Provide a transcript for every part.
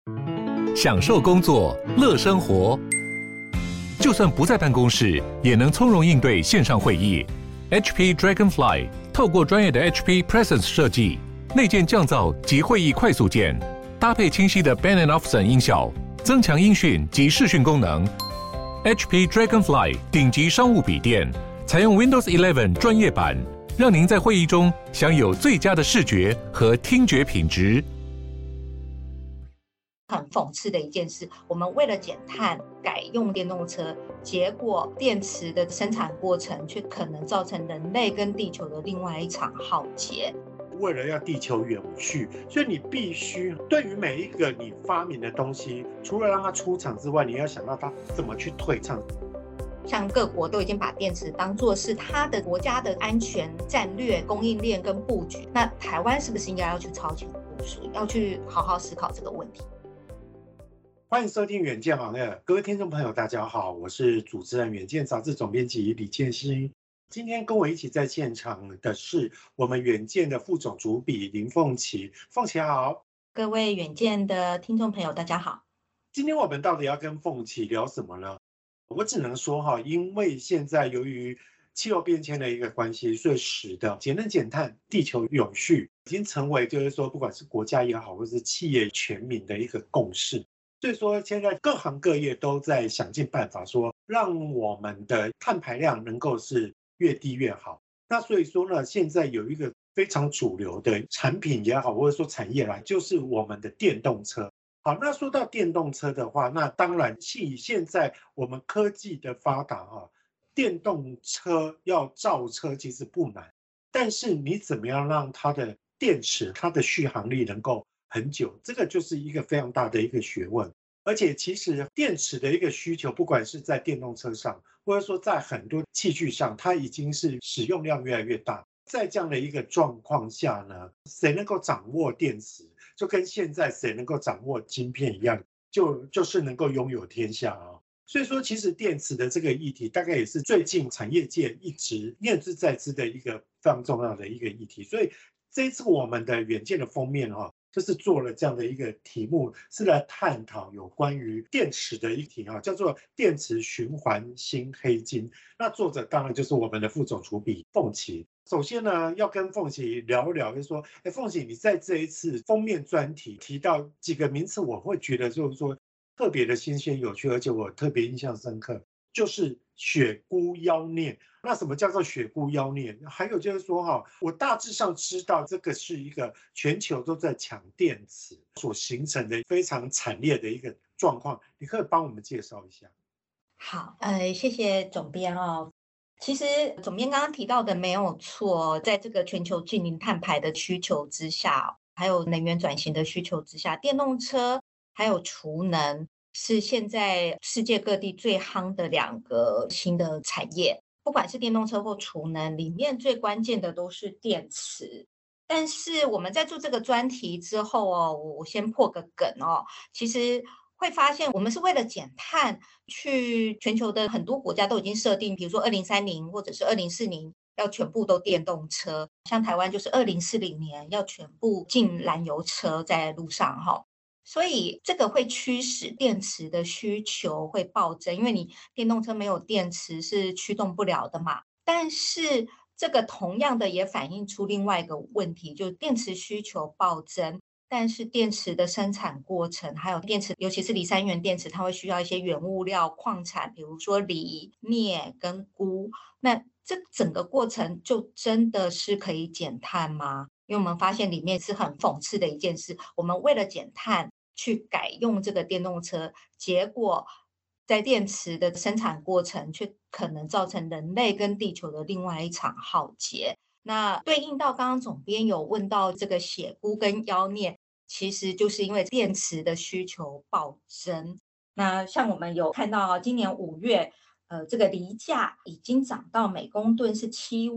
享受工作，乐生活。就算不在办公室，也能从容应对线上会议。HP Dragonfly 透过专业的 HP Presence 设计，内建降噪及会议快速键，搭配清晰的 Bang & Olufsen 音效，增强音讯及视讯功能。HP Dragonfly 顶级商务笔电，采用 Windows 11专业版，让您在会议中享有最佳的视觉和听觉品质。 很讽刺的一件事，我们为了减碳改用电动车，结果电池的生产过程却可能造成人类跟地球的另外一场浩劫。 为了要地球永续，所以你必须对于每一个你发明的东西，除了让它出厂之外，你要想到它怎么去退场。 像各国都已经把电池当作是它的国家的安全战略、供应链跟布局，那台湾是不是应该要去超前部署，要去好好思考这个问题？ 欢迎收听远见网页，各位听众朋友大家好，我是主持人远见杂志总编辑李建新。今天跟我一起在现场的是我们远见的副总主笔林凤琪。凤琪好。 各位远见的听众朋友大家好。 今天我们到底要跟凤琪聊什么呢？我只能说因为现在由于气候变迁的一个关系，所以使得节能减碳、地球永续已经成为就是说不管是国家也好，或是企业全民的一个共识。所以说现在各行各业都在想尽办法说让我们的碳排量能够是越低越好。那所以说呢，现在有一个非常主流的产品也好，或者说产业来，就是我们的电动车。好，那说到电动车的话，那当然现在我们科技的发达电动车要造车其实不难，但是你怎么样让它的电池它的续航力能够很久，这个就是一个非常大的一个学问。而且其实电池的一个需求，不管是在电动车上，或者说在很多器具上，它已经是使用量越来越大。在这样的一个状况下呢，谁能够掌握电池，就跟现在谁能够掌握晶片一样，就是能够拥有天下所以说其实电池的这个议题大概也是最近产业界一直念之在之的一个非常重要的一个议题。所以这一次我们的远见的封面就是做了这样的一个题目，是来探讨有关于电池的议题叫做电池循环新黑金。那作者当然就是我们的副总主笔凤琪。首先呢，要跟凤琪聊一聊，就是说凤琪你在这一次封面专题提到几个名词，我会觉得就是说特别的新鲜有趣，而且我特别印象深刻，就是血菇妖孽。那什么叫做血菇妖孽？还有就是说我大致上知道这个是一个全球都在抢电池所形成的非常惨烈的一个状况，你可以帮我们介绍一下？ 好，谢谢总编其实总编刚刚提到的没有错，在这个全球近零碳排的需求之下，还有能源转型的需求之下，电动车还有储能是现在世界各地最夯的两个新的产业。不管是电动车或储能，里面最关键的都是电池。但是我们在做这个专题之后我先破个梗其实会发现我们是为了减碳，去全球的很多国家都已经设定，比如说2030或者是2040要全部都电动车，像台湾就是2040年要全部禁燃油车在路上所以这个会驱使电池的需求会暴增，因为你电动车没有电池是驱动不了的嘛。但是这个同样的也反映出另外一个问题，就是电池需求暴增，但是电池的生产过程，还有电池，尤其是锂三元电池，它会需要一些原物料矿产，比如说锂、镍跟钴。那这整个过程就真的是可以减碳吗？因为我们发现里面是很讽刺的一件事，我们为了减碳去改用这个电动车，结果在电池的生产过程却可能造成人类跟地球的另外一场浩劫。那对应到刚刚总编有问到这个血菇跟妖孽，其实就是因为电池的需求暴增。那像我们有看到今年5月这个锂价已经涨到每公吨是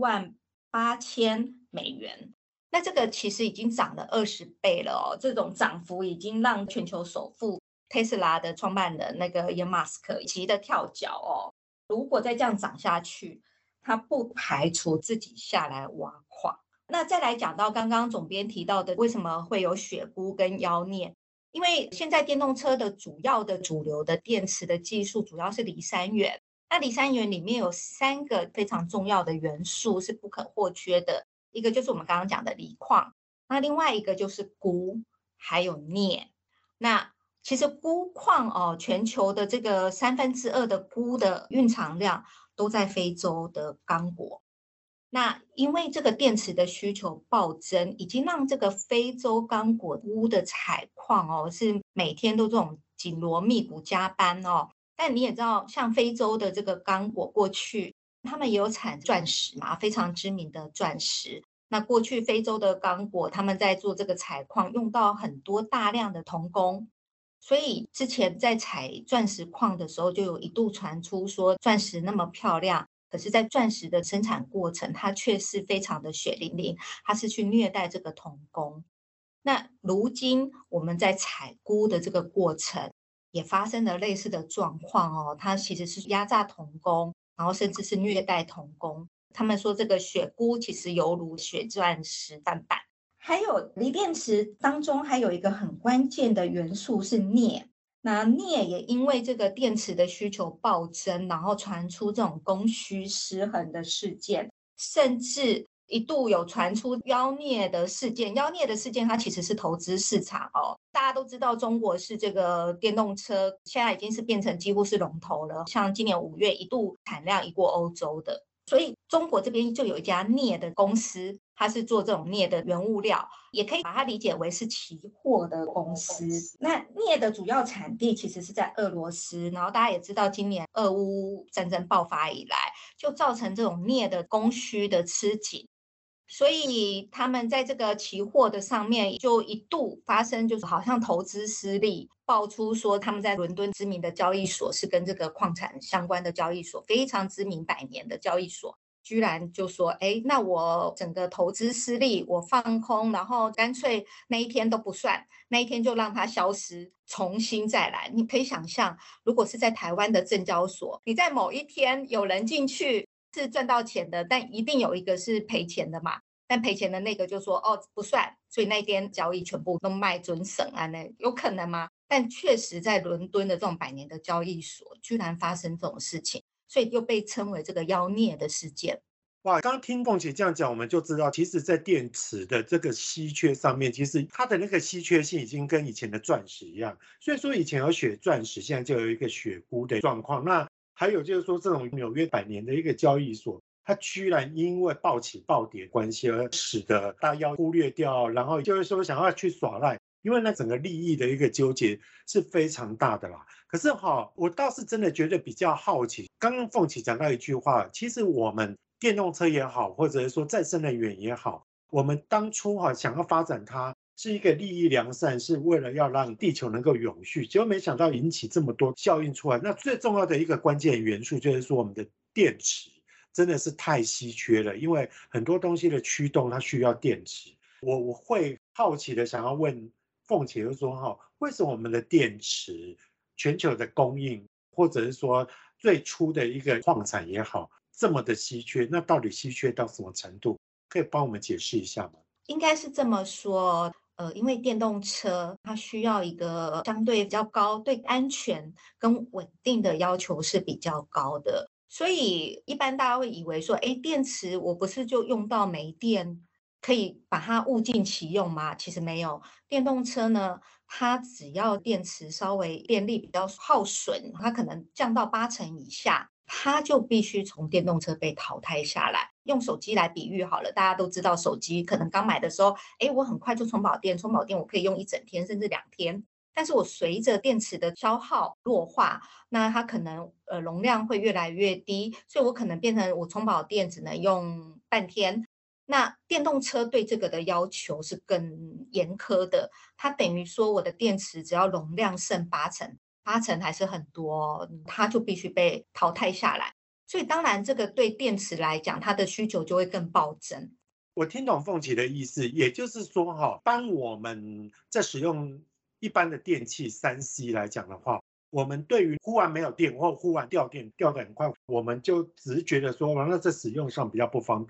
78000美元，那这个其实已经涨了20倍了这种涨幅已经让全球首富 Tesla 的创办人那个 Elon Musk 急得跳脚如果再这样涨下去，他不排除自己下来挖矿。那再来讲到刚刚总编提到的为什么会有血菇跟妖孽， 因为现在电动车的主要的主流的电池的技术主要是锂三元，那锂三元里面有3个非常重要的元素是不可或缺的，一个就是我们刚刚讲的锂矿，那另外一个就是钴，还有镍。那其实钴矿全球的这个2/3的钴的蕴藏量都在非洲的刚果。那因为这个电池的需求暴增，已经让这个非洲刚果钴的采矿是每天都这种紧锣密鼓加班。但你也知道，像非洲的这个刚果过去，他们也有产钻石嘛，非常知名的钻石。那过去非洲的刚果，他们在做这个采矿，用到很多大量的童工。所以之前在采钻石矿的时候，就有一度传出说钻石那么漂亮，可是在钻石的生产过程，它却是非常的血淋淋，它是去虐待这个童工。那如今我们在采钴的这个过程，也发生了类似的状况它其实是压榨童工，然后甚至是虐待童工。他们说这个血钴其实犹如血钻石翻版。还有锂电池当中还有一个很关键的元素是镍，那镍也因为这个电池的需求暴增，然后传出这种供需失衡的事件，甚至一度有传出妖镍的事件。妖镍的事件它其实是投资市场大家都知道中国是这个电动车现在已经是变成几乎是龙头了，像今年5月一度产量一过欧洲的，所以中国这边就有一家镍的公司，它是做这种镍的原物料，也可以把它理解为是期货的公司。那镍的主要产地其实是在俄罗斯，然后大家也知道今年俄乌战争爆发以来，就造成这种镍的供需的吃紧，所以他们在这个期货的上面就一度发生，就是好像投资失利，爆出说他们在伦敦知名的交易所是跟这个矿产相关的交易所，非常知名100年的交易所，居然就说那我整个投资失利，我放空，然后干脆那一天都不算，那一天就让它消失，重新再来。你可以想象，如果是在台湾的证交所，你在某一天有人进去是赚到钱的，但一定有一个是赔钱的嘛，但赔钱的那个就说不算，所以那天交易全部都卖准省啊，那有可能吗？但确实在伦敦的这种100年的交易所居然发生这种事情，所以又被称为这个妖孽的事件。 哇，刚刚听凤姐这样讲，我们就知道，其实在电池的这个稀缺上面，其实它的那个稀缺性已经跟以前的钻石一样。所以说以前有血钻石，现在就有一个血钴的状况。那还有就是说，这种纽约100年的一个交易所，它居然因为暴起暴跌关系而使得大家要忽略掉，然后就是说想要去耍赖，因为那整个利益的一个纠结是非常大的啦。可是我倒是真的觉得比较好奇，刚刚凤琪讲到一句话，其实我们电动车也好，或者是说再生能源也好，我们当初想要发展它是一个利益良善，是为了要让地球能够永续，结果没想到引起这么多效应出来。那最重要的一个关键元素就是说，我们的电池真的是太稀缺了，因为很多东西的驱动它需要电池。我会好奇的想要问凤姐，就是说为什么我们的电池全球的供应，或者是说最初的一个矿产也好，这么的稀缺？那到底稀缺到什么程度？可以帮我们解释一下吗？ 应该是这么说，因为电动车它需要一个相对比较高，对安全跟稳定的要求是比较高的，所以一般大家会以为说，电池我不是就用到没电，可以把它物尽其用吗？其实没有，电动车呢，它只要电池稍微电力比较耗损，它可能降到80%以下，它就必须从电动车被淘汰下来。用手机来比喻好了，大家都知道手机可能刚买的时候，我很快就充饱电我可以用1整天甚至2天。但是我随着电池的消耗弱化，那它可能容量会越来越低，所以我可能变成我充饱电只能用半天。那电动车对这个的要求是更严苛的，它等于说我的电池只要容量剩80%，80%还是很多，它就必须被淘汰下来。所以当然这个对电池来讲，它的需求就会更暴增。 我听懂凤琪的意思，也就是说当我们在使用一般的电器3C 来讲的话，我们对于忽然没有电或忽然掉电掉得很快，我们就只是觉得说那这使用上比较不方便。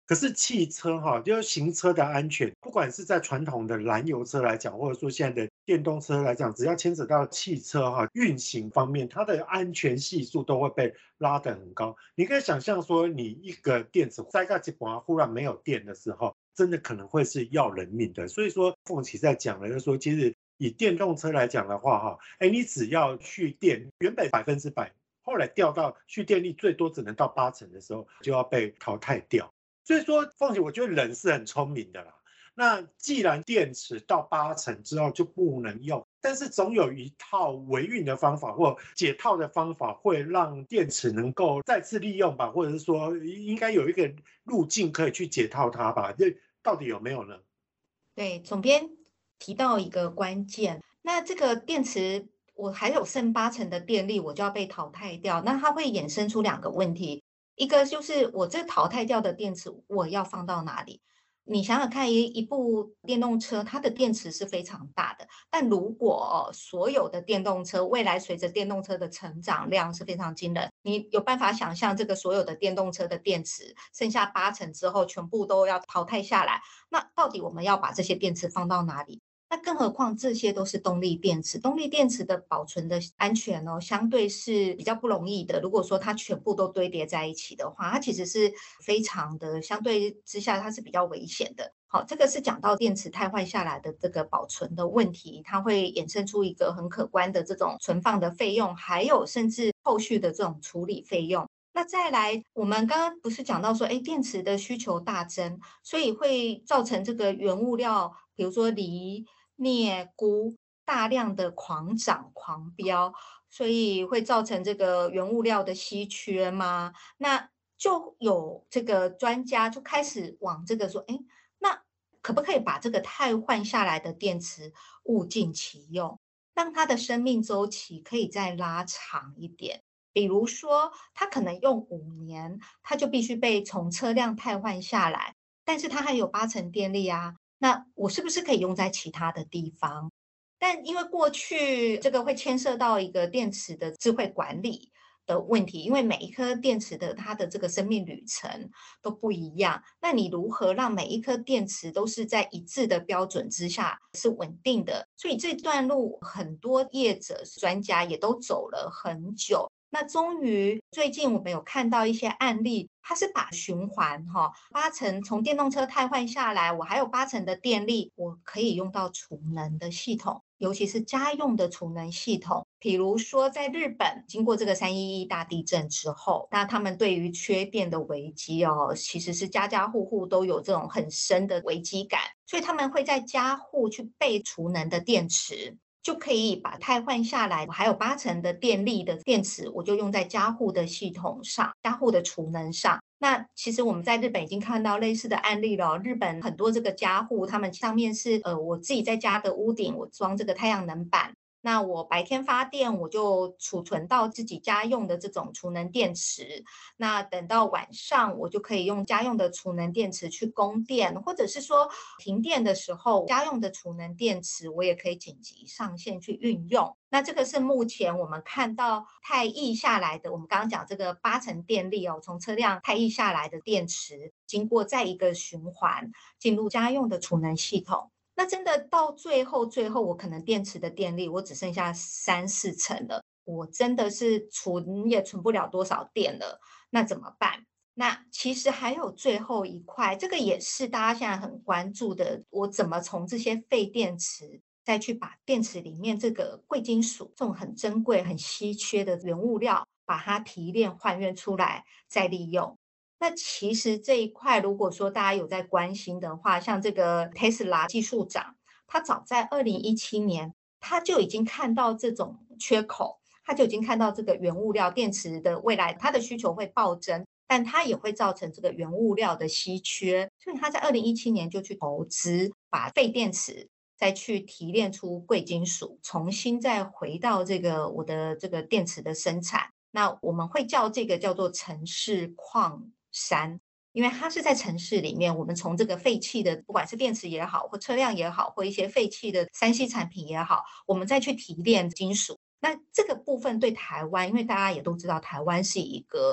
可是汽车就是行车的安全，不管是在传统的燃油车来讲，或者说现在的电动车来讲，只要牵扯到汽车运行方面，它的安全系数都会被拉得很高。你可以想象说，你一个电池塞到一半忽然没有电的时候，真的可能会是要人命的。所以说凤岐在讲了，就是说其实以电动车来讲的话你只要蓄电，原本100%，后来掉到蓄电力最多只能到80%的时候，就要被淘汰掉。所以说凤岐我觉得人是很聪明的啦。那既然电池到80%之后就不能用，但是总有一套维运的方法或解套的方法，会让电池能够再次利用吧，或者是说应该有一个路径可以去解套它吧？这到底有没有呢？ 对，总编提到一个关键，那这个电池我还有剩80%的电力，我就要被淘汰掉，那它会衍生出2个问题，一个就是我这淘汰掉的电池我要放到哪里？你想想看，一部电动车，它的电池是非常大的，但如果所有的电动车未来随着电动车的成长量是非常惊人，你有办法想象这个所有的电动车的电池剩下80%之后，全部都要淘汰下来，那到底我们要把这些电池放到哪里？那更何况这些都是动力电池，动力电池的保存的安全相对是比较不容易的。如果说它全部都堆叠在一起的话，它其实是非常的相对之下它是比较危险的。好，这个是讲到电池汰换下来的这个保存的问题，它会衍生出一个很可观的这种存放的费用，还有甚至后续的这种处理费用。那再来，我们刚刚不是讲到说，电池的需求大增，所以会造成这个原物料，比如说锂、镍、钴大量的狂涨狂飙，所以会造成这个原物料的稀缺吗？那就有这个专家就开始往这个说，那可不可以把这个汰换下来的电池物尽其用，让它的生命周期可以再拉长一点？比如说，它可能用5年，它就必须被从车辆汰换下来，但是它还有80%电力啊，那我是不是可以用在其他的地方？但因为过去这个会牵涉到一个电池的智慧管理的问题，因为每一颗电池的它的这个生命旅程都不一样，那你如何让每一颗电池都是在一致的标准之下是稳定的？所以这段路很多业者专家也都走了很久。那终于最近我们有看到一些案例，它是把循环80%从电动车汰换下来，我还有80%的电力，我可以用到储能的系统，尤其是家用的储能系统。比如说在日本经过这个311大地震之后，那他们对于缺电的危机其实是家家户户都有这种很深的危机感，所以他们会在家户去备储能的电池，就可以把汰换下来还有80%的电力的电池，我就用在家户的系统上，家户的储能上。那其实我们在日本已经看到类似的案例了，日本很多这个家户，他们上面是我自己在家的屋顶，我装这个太阳能板。那我白天发电，我就储存到自己家用的这种储能电池。那等到晚上，我就可以用家用的储能电池去供电，或者是说停电的时候，家用的储能电池我也可以紧急上线去运用。那这个是目前我们看到汰役下来的，我们刚刚讲这个80%电力从车辆汰役下来的电池，经过再一个循环进入家用的储能系统。那真的到最后我可能电池的电力我只剩下3-4成了，我真的是存也存不了多少电了，那怎么办？那其实还有最后一块，这个也是大家现在很关注的，我怎么从这些废电池再去把电池里面这个贵金属这种很珍贵很稀缺的原物料把它提炼还原出来再利用。那其实这一块如果说大家有在关心的话，像这个 Tesla 技术长，他早在2017年他就已经看到这种缺口，他就已经看到这个原物料电池的未来它的需求会暴增，但它也会造成这个原物料的稀缺，所以他在2017年就去投资把废电池再去提炼出贵金属，重新再回到这个我的这个电池的生产。那我们会叫这个叫做城市矿山，因为它是在城市里面，我们从这个废弃的不管是电池也好或车辆也好或一些废弃的3C 产品也好，我们再去提炼金属。那这个部分对台湾，因为大家也都知道台湾是一个比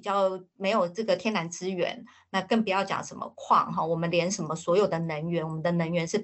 较没有这个天然资源，那更不要讲什么矿哈，我们连什么所有的能源，我们的能源是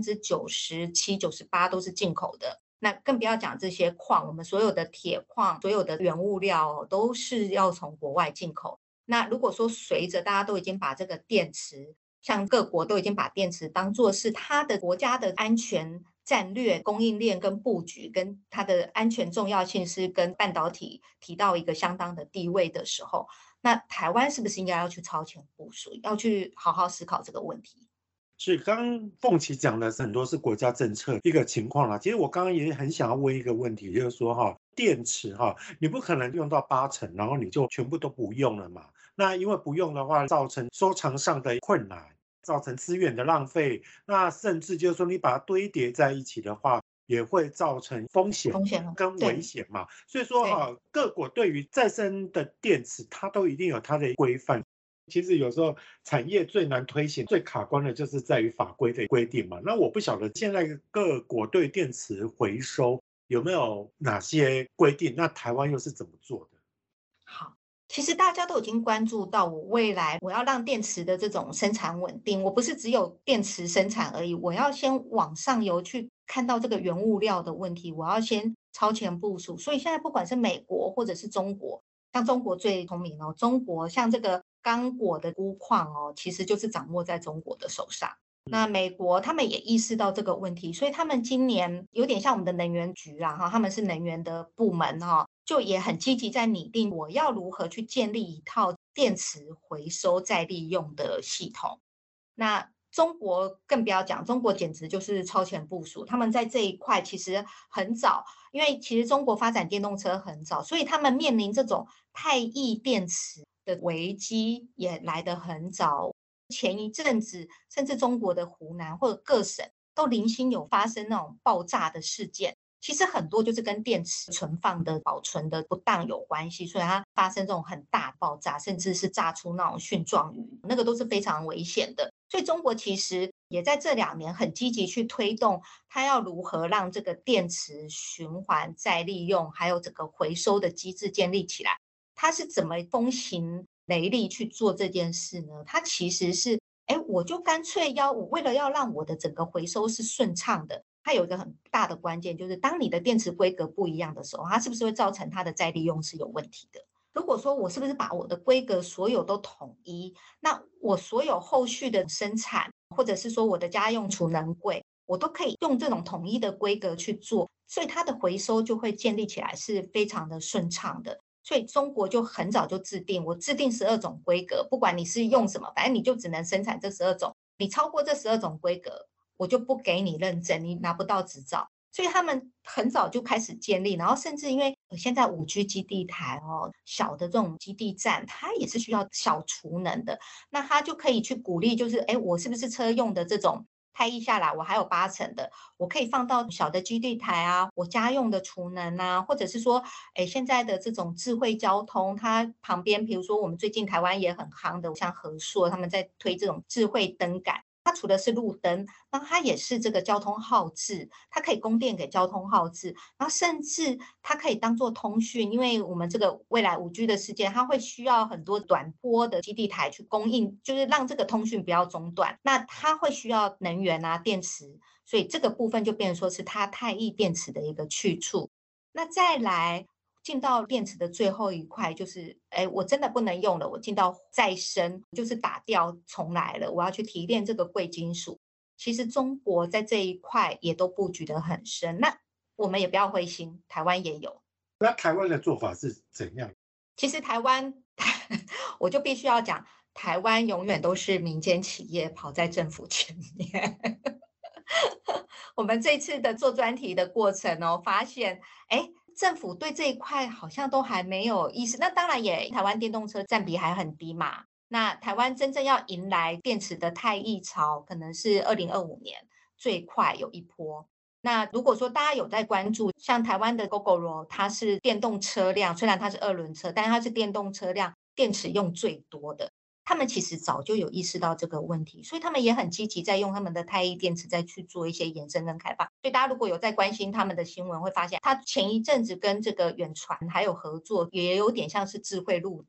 97%、98%都是进口的。那更不要讲这些矿，我们所有的铁矿、所有的原物料都是要从国外进口。那如果说随着大家都已经把这个电池，像各国都已经把电池当作是它的国家的安全战略、供应链跟布局，跟它的安全重要性是跟半导体提到一个相当的地位的时候，那台湾是不是应该要去超前部署，要去好好思考这个问题？ 是，刚刚凤琪讲的很多是国家政策一个情况啦。其实我刚刚也很想要问一个问题，就是说电池你不可能用到80%，然后你就全部都不用了嘛。那因为不用的话，造成收藏上的困难，造成资源的浪费，那甚至就是说你把它堆叠在一起的话，也会造成风险跟危险嘛。所以说各国对于再生的电池，它都一定有它的规范。其实有时候产业最难推行、最卡关的就是在于法规的规定嘛。那我不晓得现在各国对电池回收有没有哪些规定？那台湾又是怎么做的？ 好，其实大家都已经关注到，我未来我要让电池的这种生产稳定，我不是只有电池生产而已，我要先往上游去看到这个原物料的问题，我要先超前部署。所以现在不管是美国或者是中国，像中国最聪明哦，中国像这个刚果的钴矿其实就是掌握在中国的手上。那美国他们也意识到这个问题，所以他们今年有点像我们的能源局啦，他们是能源的部门就也很积极在拟定我要如何去建立一套电池回收再利用的系统。那中国更不要讲，中国简直就是超前部署，他们在这一块其实很早，因为其实中国发展电动车很早，所以他们面临这种太易电池的危机也来得很早。前一阵子甚至中国的湖南或者各省都零星有发生那种爆炸的事件，其实很多就是跟电池存放的保存的不当有关系，所以它发生这种很大爆炸，甚至是炸出那种蕈状云，那个都是非常危险的。所以中国其实也在这2年很积极去推动，它要如何让这个电池循环再利用，还有整个回收的机制建立起来。它是怎么风行雷厉去做这件事呢？它其实是，我就干脆我为了要让我的整个回收是顺畅的，它有一个很大的关键，就是当你的电池规格不一样的时候，它是不是会造成它的再利用是有问题的？如果说我是不是把我的规格所有都统一，那我所有后续的生产，或者是说我的家用储能柜，我都可以用这种统一的规格去做，所以它的回收就会建立起来是非常的顺畅的。所以中国就很早就制定，我制定12种规格，不管你是用什么，反正你就只能生产这12种，你超过这12种规格，我就不给你认证，你拿不到执照。所以他们很早就开始建立，然后甚至因为现在5G 基地台小的这种基地站，它也是需要小储能的，那它就可以去鼓励，就是我是不是车用的这种太易下来，我还有80%的，我可以放到小的基地台啊，我家用的储能啊，或者是说，现在的这种智慧交通，它旁边，比如说我们最近台湾也很夯的，像和硕他们在推这种智慧灯杆。它除了是路灯，那它也是这个交通号志，它可以供电给交通号志，然后甚至它可以当做通讯，因为我们这个未来5G 的世界，它会需要很多短波的基地台去供应，就是让这个通讯不要中断。那它会需要能源啊、电池，所以这个部分就变成说是它太易电池的一个去处。那再来进到电池的最后一块，就是我真的不能用了，我进到再生，就是打掉重来了，我要去提炼这个贵金属。其实中国在这一块也都布局得很深，那我们也不要灰心，台湾也有。 那台湾的做法是怎样？ 其实台湾我就必须要讲，台湾永远都是民间企业跑在政府前面我们这次的做专题的过程发现政府对这一块好像都还没有意识。那当然也台湾电动车占比还很低嘛，那台湾真正要迎来电池的太易潮，可能是2025年最快有一波。那如果说大家有在关注，像台湾的 Gogoro 它是电动车辆，虽然它是2轮车，但是它是电动车辆电池用最多的，他们其实早就有意识到这个问题，所以他们也很积极在用他们的太易电池再去做一些延伸跟开发。所以大家如果有在关心他们的新闻，会发现他前一阵子跟这个远传还有合作，也有点像是智慧路灯，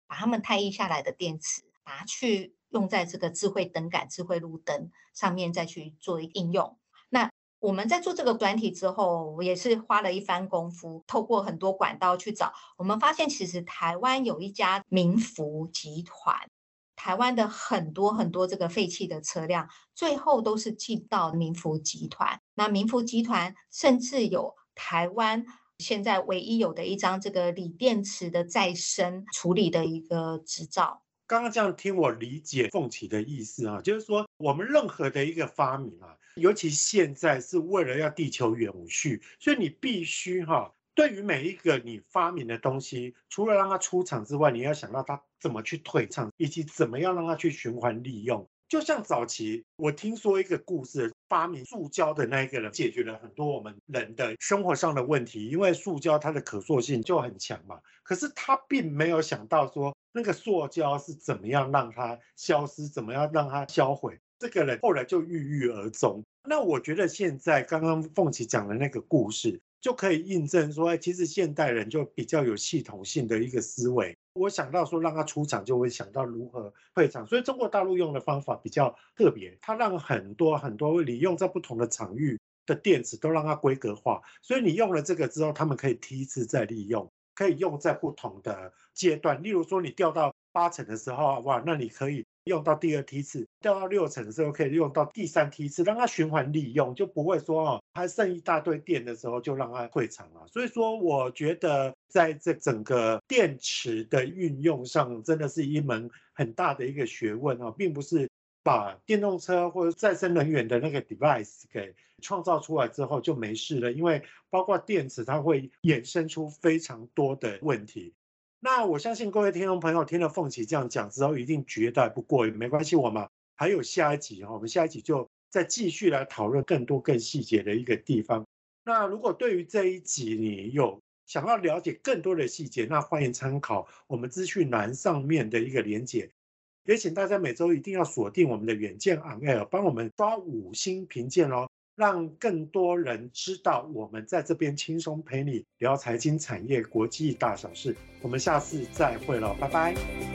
把他们太役下来的电池拿去用在这个智慧灯杆、智慧路灯上面再去做应用。那我们在做这个软体之后，我也是花了一番功夫，透过很多管道去找，我们发现其实台湾有一家民福集团，台湾的很多这个废弃的车辆，最后都是进到民福集团。那民福集团甚至有台湾现在唯一有的一张这个锂电池的再生处理的一个执照。 刚刚这样听我理解凤岐的意思啊，就是说我们任何的一个发明啊，尤其现在是为了要地球永续，所以你必须对于每一个你发明的东西，除了让它出厂之外，你要想到它怎么去退场，以及怎么样让它去循环利用。就像早期我听说一个故事，发明塑胶的那一个人解决了很多我们人的生活上的问题，因为塑胶它的可塑性就很强嘛。可是他并没有想到说那个塑胶是怎么样让它消失，怎么样让它销毁。这个人后来就郁郁而终。那我觉得现在刚刚凤岐讲的那个故事，就可以印证说，其实现代人就比较有系统性的一个思维。我想到说让他出厂，就会想到如何退场。所以中国大陆用的方法比较特别，它让很多你用在不同的场域的电池都让它规格化，所以你用了这个之后，他们可以梯次再利用，可以用在不同的阶段。例如说你掉到8层的时候，哇，那你可以用到第2梯次，掉到6层的时候可以用到第3梯次，让它循环利用，就不会说还剩一大堆电的时候就让它退场了。所以说我觉得在这整个电池的运用上，真的是一门很大的一个学问，并不是把电动车或者再生能源的那个 device 给创造出来之后就没事了，因为包括电池它会衍生出非常多的问题。那我相信各位听众朋友听了凤岐这样讲之后，一定觉得不过瘾。没关系，我们还有下一集，我们下一集就再继续来讨论更多更细节的一个地方。那如果对于这一集你有想要了解更多的细节，那欢迎参考我们资讯栏上面的一个连结。也请大家每周一定要锁定我们的远见 On Air， 帮我们刷5星评鉴哦，让更多人知道我们在这边轻松陪你聊财经产业国际大小事。我们下次再会了，拜拜。